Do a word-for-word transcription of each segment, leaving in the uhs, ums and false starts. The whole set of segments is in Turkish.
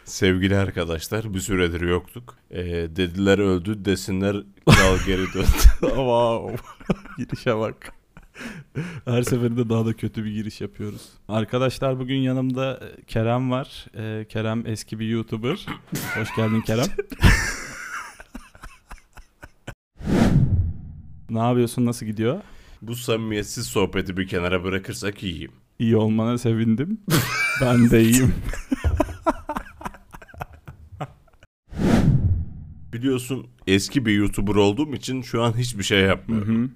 Sevgili arkadaşlar, bir süredir yoktuk. Ee, dediler öldü, desinler kral geri döndü. Wow. Girişe bak. Her seferinde daha da kötü bir giriş yapıyoruz. Arkadaşlar bugün yanımda Kerem var. Ee, Kerem eski bir YouTuber. Hoş geldin Kerem. Ne yapıyorsun? Nasıl gidiyor? Bu samimiyetsiz sohbeti bir kenara bırakırsak iyiyim. İyi olmana sevindim. Ben de iyiyim. Biliyorsun eski bir YouTuber olduğum için şu an hiçbir şey yapmıyorum.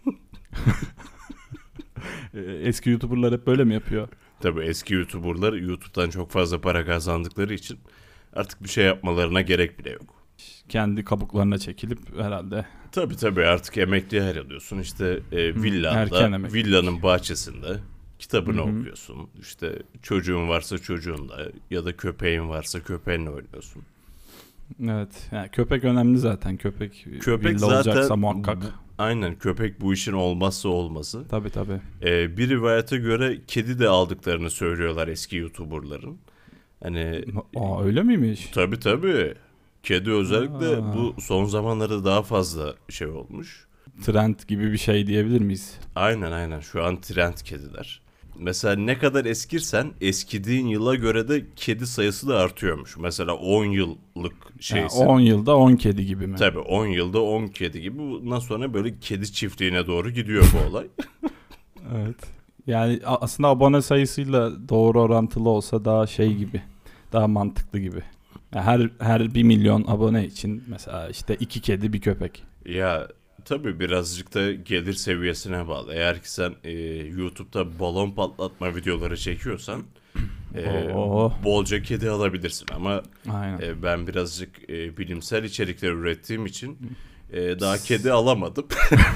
Eski YouTuber'lar hep böyle mi yapıyor? Tabii eski YouTuber'lar YouTube'dan çok fazla para kazandıkları için artık bir şey yapmalarına gerek bile yok. Kendi kabuklarına çekilip herhalde. Tabii tabii artık emekliye ayrılıyorsun. İşte e, villanda, villanın bahçesinde kitabını Hı-hı. okuyorsun. İşte çocuğun varsa çocuğunla ya da köpeğin varsa köpeğinle oynuyorsun. Evet. Yani köpek önemli zaten. Köpek, köpek villa zaten olacaksa muhakkak. Bu, aynen köpek bu işin olmazsa olmazı. Tabii tabii. Ee, bir rivayete göre kedi de aldıklarını söylüyorlar eski YouTuber'ların. Hani Aa, öyle miymiş? Tabii tabii. Kedi özellikle Aa. bu son zamanlarda daha fazla şey olmuş. Trend gibi bir şey diyebilir miyiz? Aynen aynen. Şu an trend kediler. Mesela ne kadar eskirsen eskidiğin yıla göre de kedi sayısı da artıyormuş. Mesela on yıllık şeysin. Yani on yılda on kedi gibi mi? Tabii on yılda on kedi gibi. Bundan sonra böyle kedi çiftliğine doğru gidiyor bu olay. Evet. Yani aslında abone sayısıyla doğru orantılı olsa daha şey gibi. Daha mantıklı gibi. Yani her her bir milyon abone için mesela işte iki kedi bir köpek. Ya tabii birazcık da gelir seviyesine bağlı. Eğer ki sen e, YouTube'da balon patlatma videoları çekiyorsan e, bolca kedi alabilirsin. Ama e, ben birazcık e, bilimsel içerikler ürettiğim için e, daha kedi alamadım.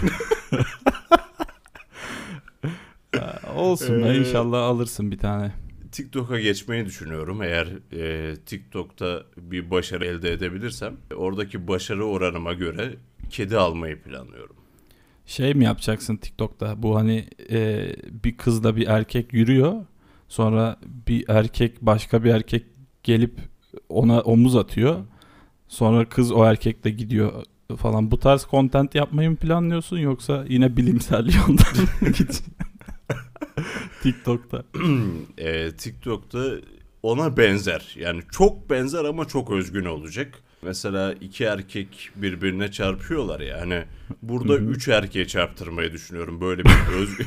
Olsun be, inşallah alırsın bir tane. TikTok'a geçmeyi düşünüyorum. Eğer e, TikTok'ta bir başarı elde edebilirsem oradaki başarı oranıma göre kedi almayı planlıyorum. Şey mi yapacaksın TikTok'ta? Bu hani e, bir kızla bir erkek yürüyor. Sonra bir erkek başka bir erkek gelip ona omuz atıyor. Sonra kız o erkekle gidiyor falan. Bu tarz content yapmayı mı planlıyorsun yoksa yine bilimsel yoldan mı gideceksin? TikTok'ta. e, TikTok'ta ona benzer. Yani çok benzer ama çok özgün olacak. Mesela iki erkek birbirine çarpıyorlar ya. Hani burada Hı-hı. üç erkeğe çarptırmayı düşünüyorum. Böyle bir özgün,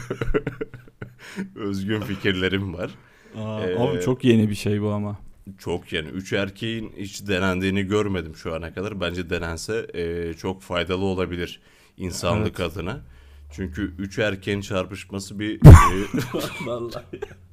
özgün fikirlerim var. Aa, ee, abi çok yeni bir şey bu ama. Çok yeni. Üç erkeğin hiç denendiğini görmedim şu ana kadar. Bence denense e, çok faydalı olabilir insanlık evet. adına. Çünkü üç erkeğin çarpışması bir... Vallahi.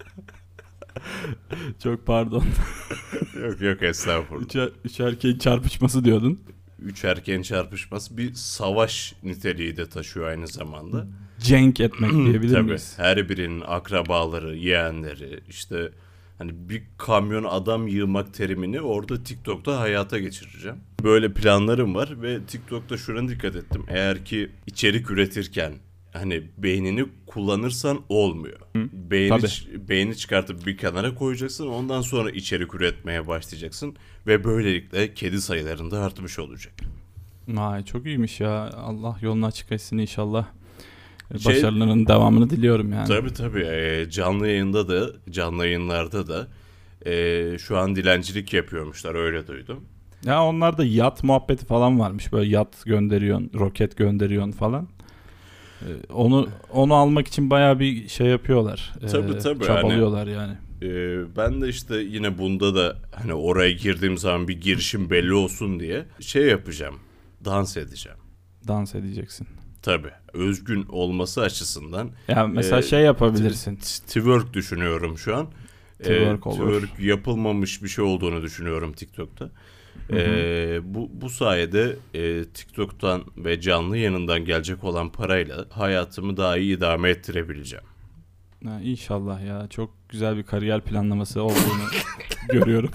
Çok pardon. yok yok estağfurullah. Üç, er, üç erkeğin çarpışması diyordun. Üç erkeğin çarpışması bir savaş niteliği de taşıyor aynı zamanda. Cenk etmek diyebilir Tabii, miyiz? her birinin akrabaları, yeğenleri, işte hani bir kamyon adam yığmak terimini orada TikTok'ta hayata geçireceğim. Böyle planlarım var ve TikTok'ta şuna dikkat ettim. Eğer ki içerik üretirken hani beynini kullanırsan olmuyor. Beyni, beyni çıkartıp bir kenara koyacaksın. Ondan sonra içerik üretmeye başlayacaksın. Ve böylelikle kedi sayılarında artmış olacak. Vay çok iyiymiş ya. Allah yolunu açık etsin inşallah. Şey, başarılarının devamını diliyorum yani. Tabii tabii. E, canlı yayında da, canlı yayınlarda da e, şu an dilencilik yapıyormuşlar. Öyle duydum. Ya onlarda yat muhabbeti falan varmış. Böyle yat gönderiyorsun, roket gönderiyorsun falan. Onu onu almak için bayağı bir şey yapıyorlar. Tabii tabii. Çabalıyorlar yani. yani. E, ben de işte yine bunda da hani oraya girdiğim zaman bir girişim belli olsun diye şey yapacağım. Dans edeceğim. Dans edeceksin. Tabii. Özgün olması açısından. Ya mesela e, şey yapabilirsin. T- twerk düşünüyorum şu an. Twerk e, olur. Twerk yapılmamış bir şey olduğunu düşünüyorum TikTok'ta. Ee, bu bu sayede e, TikTok'tan ve canlı yayından gelecek olan parayla hayatımı daha iyi idame ettirebileceğim. Ha, İnşallah ya. Çok güzel bir kariyer planlaması olduğunu görüyorum.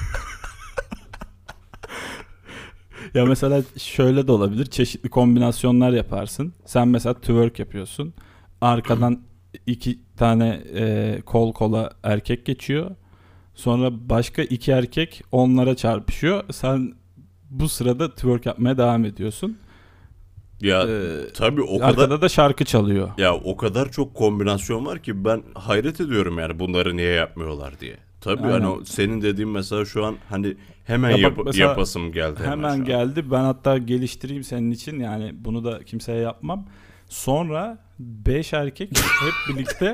Ya mesela şöyle de olabilir. Çeşitli kombinasyonlar yaparsın. Sen mesela twerk yapıyorsun. Arkadan iki tane e, kol kola erkek geçiyor. Sonra başka iki erkek onlara çarpışıyor. Sen bu sırada twerk yapmaya devam ediyorsun. Ya Ee, tabii o arkada kadar da şarkı çalıyor. ya o kadar çok kombinasyon var ki ben hayret ediyorum yani bunları niye yapmıyorlar diye. Tabii Aynen. hani o senin dediğin mesela şu an hani hemen Ya bak yap- mesela yapasım geldi hemen, Hemen şu an. geldi. Ben hatta geliştireyim senin için. Yani bunu da kimseye yapmam. Sonra beş erkek hep birlikte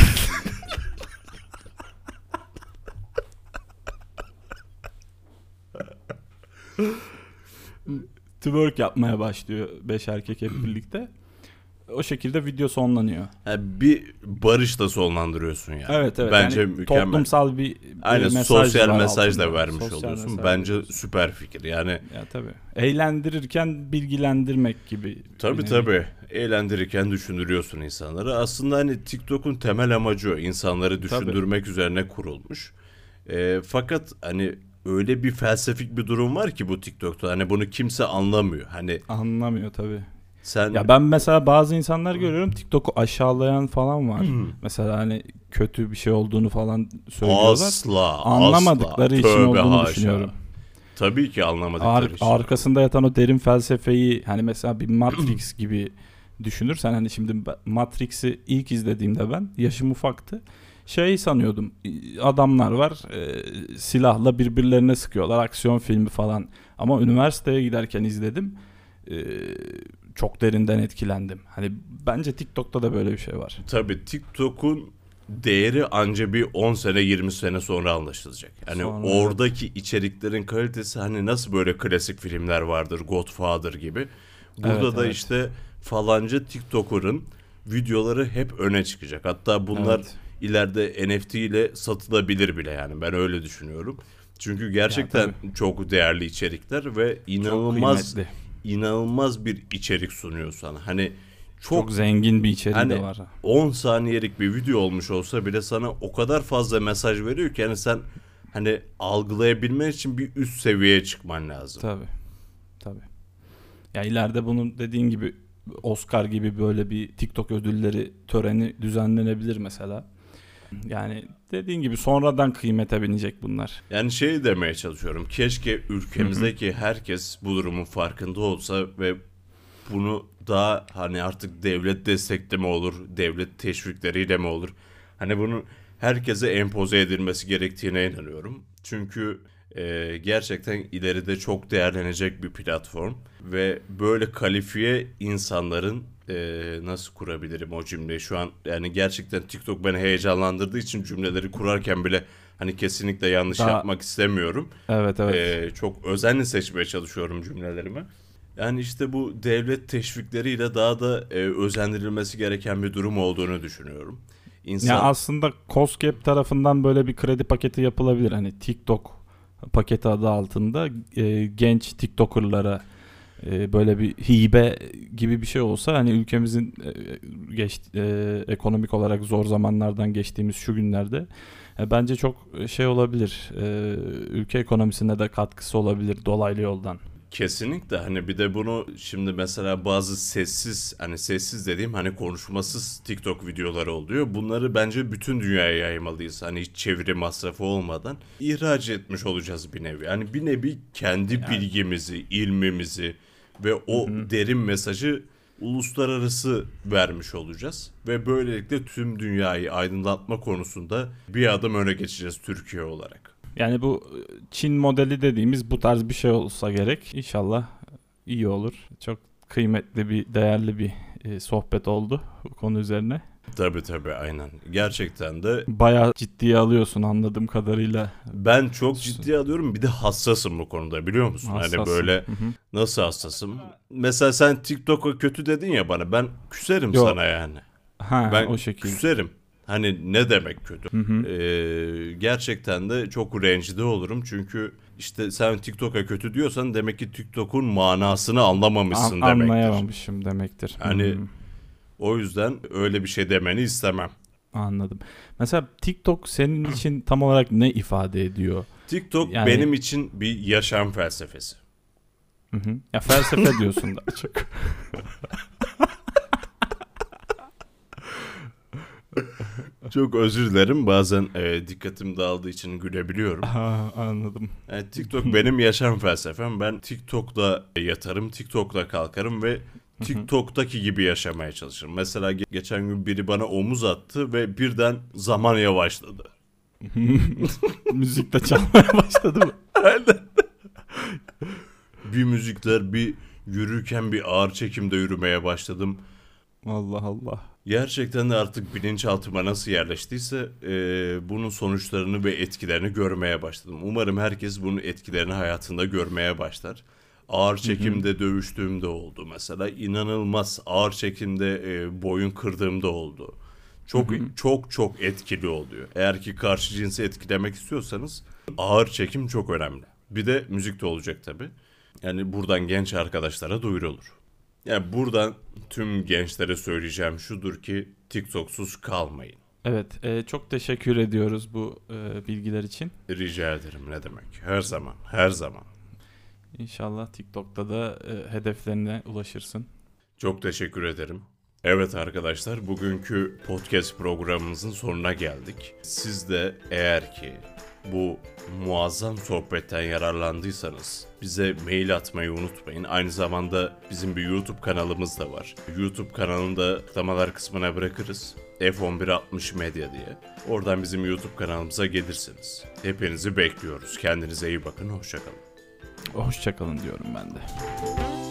twerk yapmaya başlıyor beş erkek hep birlikte. O şekilde video sonlanıyor. Yani bir barış da sonlandırıyorsun yani. Evet evet. Bence yani mükemmel. toplumsal bir, bir Aynen mesaj sosyal var mesaj da altında. vermiş Sosyal oluyorsun. mesaj Bence veriyorsun. süper fikir. Yani Ya tabii. Eğlendirirken bilgilendirmek gibi. tabii bir nevi. tabii eğlendirirken düşündürüyorsun insanları. Aslında hani TikTok'un temel amacı o. İnsanları düşündürmek üzerine kurulmuş. E, fakat hani öyle bir felsefik bir durum var ki bu TikTok'ta. Hani bunu kimse anlamıyor. Hani Anlamıyor tabii. sen Ya ben mesela bazı insanlar görüyorum TikTok'u aşağılayan falan var. Mesela hani kötü bir şey olduğunu falan söylüyorlar. asla Anlamadıkları asla, için tövbe olduğunu haşa. düşünüyorum. Tabii ki anlamadıkları Ar- için. arkasında yatan o derin felsefeyi hani mesela bir Matrix gibi düşünürsen hani şimdi ben- Matrix'i ilk izlediğimde ben yaşım ufaktı. Şey sanıyordum adamlar var e, silahla birbirlerine sıkıyorlar aksiyon filmi falan. Ama üniversiteye giderken izledim. E, çok derinden etkilendim. Hani bence TikTok'ta da böyle bir şey var. Tabii TikTok'un değeri anca bir on sene yirmi sene sonra anlaşılacak. Yani Sonra, oradaki içeriklerin kalitesi hani nasıl böyle klasik filmler vardır, Godfather gibi. Burada Evet, da evet. işte falanca TikToker'ın videoları hep öne çıkacak. Hatta bunlar Evet. ileride N F T ile satılabilir bile yani ben öyle düşünüyorum. Çünkü gerçekten çok değerli içerikler ve Çok inanılmaz kıymetli. inanılmaz bir içerik sunuyor sana. Hani Çok, çok zengin bir içeriği hani de var. on saniyelik bir video olmuş olsa bile sana o kadar fazla mesaj veriyor ki yani sen hani algılayabilmen için bir üst seviyeye çıkman lazım. Tabii. Tabii. Ya ileride bunun dediğin gibi Oscar gibi böyle bir TikTok ödülleri töreni düzenlenebilir mesela. Yani dediğin gibi sonradan kıymete binecek bunlar. Yani şey demeye çalışıyorum. Keşke ülkemizdeki herkes bu durumun farkında olsa ve bunu daha hani artık devlet destekleme olur, devlet teşvikleriyle mi olur? Hani bunu herkese empoze edilmesi gerektiğine inanıyorum. Çünkü e, gerçekten ileride çok değerlenecek bir platform ve böyle kalifiye insanların e, nasıl kurabilirim o cümleyi şu an yani gerçekten TikTok beni heyecanlandırdığı için cümleleri kurarken bile hani kesinlikle yanlış Daha- yapmak istemiyorum. Evet evet. Ee, çok özenle seçmeye çalışıyorum cümlelerimi. Yani işte bu devlet teşvikleriyle daha da e, özendirilmesi gereken bir durum olduğunu düşünüyorum. İnsan Ya aslında KOSGEB tarafından böyle bir kredi paketi yapılabilir. Hani TikTok paketi adı altında e, genç TikToker'lara e, böyle bir hibe gibi bir şey olsa hani ülkemizin e, geç, e, ekonomik olarak zor zamanlardan geçtiğimiz şu günlerde e, bence çok şey olabilir. E, ülke ekonomisine de katkısı olabilir dolaylı yoldan. kesinlikle hani bir de bunu şimdi mesela bazı sessiz hani sessiz dediğim hani konuşmasız TikTok videoları oluyor. Bunları bence bütün dünyaya yaymalıyız. Hani hiç çeviri masrafı olmadan ihraç etmiş olacağız bir nevi. Yani bir nevi kendi bilgimizi, ilmimizi ve o derin mesajı uluslararası vermiş olacağız. Ve böylelikle tüm dünyayı aydınlatma konusunda bir adım öne geçeceğiz Türkiye olarak. Yani bu Çin modeli dediğimiz bu tarz bir şey olsa gerek. İnşallah iyi olur. Çok kıymetli bir, değerli bir e, sohbet oldu bu konu üzerine. Tabii tabii aynen. Gerçekten de Bayağı ciddiye alıyorsun anladığım kadarıyla. ben çok ciddiye alıyorum. Bir de hassasım bu konuda biliyor musun? Hani Hassasın. böyle Hı hı. nasıl hassasım? Mesela sen TikTok'a kötü dedin ya bana. Ben küserim Yo. sana yani. Ha, Ben o şekilde. küserim. Hani ne demek kötü? Hı hı. Ee, gerçekten de çok rencide olurum. Çünkü işte sen TikTok'a kötü diyorsan demek ki TikTok'un manasını anlamamışsın An- demektir. anlayamamışım demektir. Hani Hmm, o yüzden öyle bir şey demeni istemem. anladım. Mesela TikTok senin için tam olarak ne ifade ediyor? TikTok Yani- benim için bir yaşam felsefesi. Hı hı. Ya felsefe diyorsun daha çok. Çok özür dilerim. Bazen e, dikkatim dağıldığı için gülebiliyorum. Ha, anladım. Yani TikTok benim yaşam felsefem. Ben TikTok'la yatarım, TikTok'la kalkarım ve TikTok'taki gibi yaşamaya çalışırım. Mesela ge- geçen gün biri bana omuz attı ve birden zaman yavaşladı. Müzik de çalmaya başladı mı? Bir müzikler, bir yürürken bir ağır çekimde yürümeye başladım. Allah Allah. Gerçekten de artık bilinçaltıma nasıl yerleştiyse e, bunun sonuçlarını ve etkilerini görmeye başladım. Umarım herkes bunun etkilerini hayatında görmeye başlar. Ağır çekimde dövüştüğümde oldu mesela. İnanılmaz ağır çekimde e, boyun kırdığımda oldu. Çok çok çok etkili oluyor. Eğer ki karşı cinsi etkilemek istiyorsanız ağır çekim çok önemli. Bir de müzik de olacak tabii. Yani buradan genç arkadaşlara duyurulur. Yani buradan tüm gençlere söyleyeceğim şudur ki TikToksuz kalmayın. Evet, e, çok teşekkür ediyoruz bu e, bilgiler için. Rica ederim, ne demek. Her zaman, her zaman. İnşallah TikTok'ta da e, hedeflerine ulaşırsın. Çok teşekkür ederim. Evet arkadaşlar, bugünkü podcast programımızın sonuna geldik. Siz de eğer ki bu muazzam sohbetten yararlandıysanız bize mail atmayı unutmayın. Aynı zamanda bizim bir YouTube kanalımız da var. YouTube kanalında açıklamalar kısmına bırakırız. F on bir altmış Medya diye. Oradan bizim YouTube kanalımıza gelirsiniz. Hepinizi bekliyoruz. Kendinize iyi bakın. Hoşça kalın. Hoşça kalın diyorum ben de.